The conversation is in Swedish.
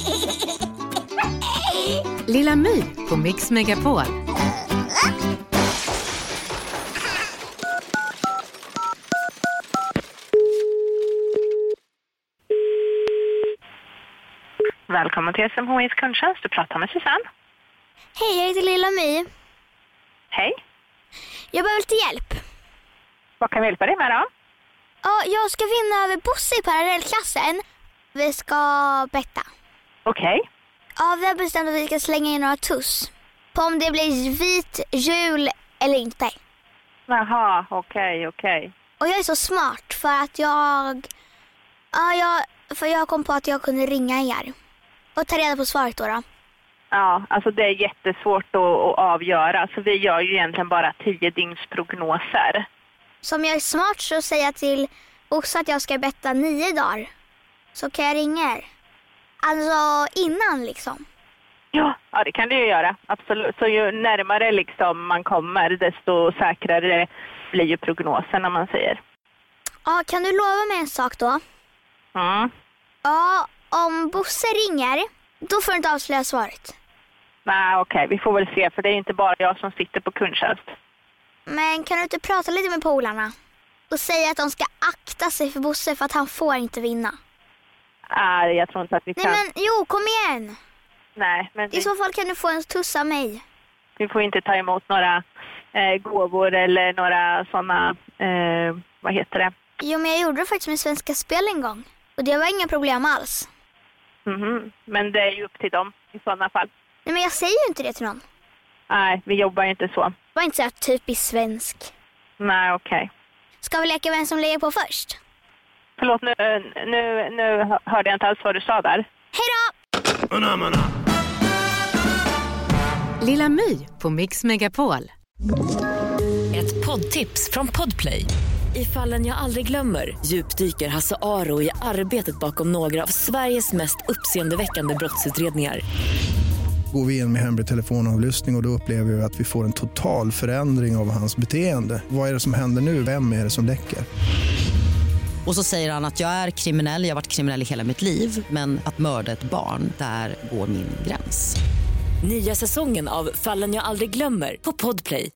Lilla My på Mix Megapol. Välkommen till SMHIs kundtjänst. Du pratar med Susanne. Hej, jag heter Lilla My. Hej. Jag behöver lite hjälp. Vad kan vi hjälpa dig med då? Ja, jag ska vinna över Bosse i parallellklassen. Vi ska betta. Okej. Ja, vi har bestämt att vi ska slänga in några tuss. På om det blir vit jul eller inte. Jaha, okej. Och jag är så smart för att jag kom på att jag kunde ringa er. Och ta reda på svaret då. Ja, alltså det är jättesvårt att avgöra. Så vi gör ju egentligen bara 10 dygnsprognoser. Så om jag är smart så säger jag till Bosse att jag ska betta 9 dagar. Så kan jag ringa er. Alltså innan liksom. Ja, det kan du ju göra. Absolut. Så ju närmare liksom man kommer, desto säkrare blir ju prognosen, om man säger. Ja, kan du lova mig en sak då? Mm. Ja, om Bosse ringer, då får du inte avslöja svaret. Nej, okej. Vi får väl se, för det är inte bara jag som sitter på kundtjänst. Men kan du inte prata lite med polarna? Och säga att de ska akta sig för Bosse för att han får inte vinna. Nej, jag tror inte att vi kan. Nej, men jo, kom igen. Nej, men I så fall kan du få en tuss av mig. vi får inte ta emot några gåvor eller några sådana, vad heter det? Jo, men jag gjorde det faktiskt med Svenska Spel en gång. Och det var inga problem alls. Mhm. Men det är ju upp till dem i sådana fall. Nej, men jag säger ju inte det till någon. Nej, vi jobbar inte så. Det var inte så här typiskt svensk. Nej, okej. Ska vi leka vem som lägger på först? Förlåt, nu hörde jag inte alls vad du sa där. Hej då! Lilla My på Mix Megapol. Ett poddtips från Podplay. I Fallen jag aldrig glömmer djupdyker Hasse Aro i arbetet bakom några av Sveriges mest uppseendeväckande brottsutredningar. Går vi in med hemlig telefonavlyssning och då upplever vi att vi får en total förändring av hans beteende. Vad är det som händer nu? Vem är det som läcker? Och så säger han att jag är kriminell, jag har varit kriminell i hela mitt liv. Men att mörda ett barn, där går min gräns. Nya säsongen av Fallen jag aldrig glömmer på Podplay.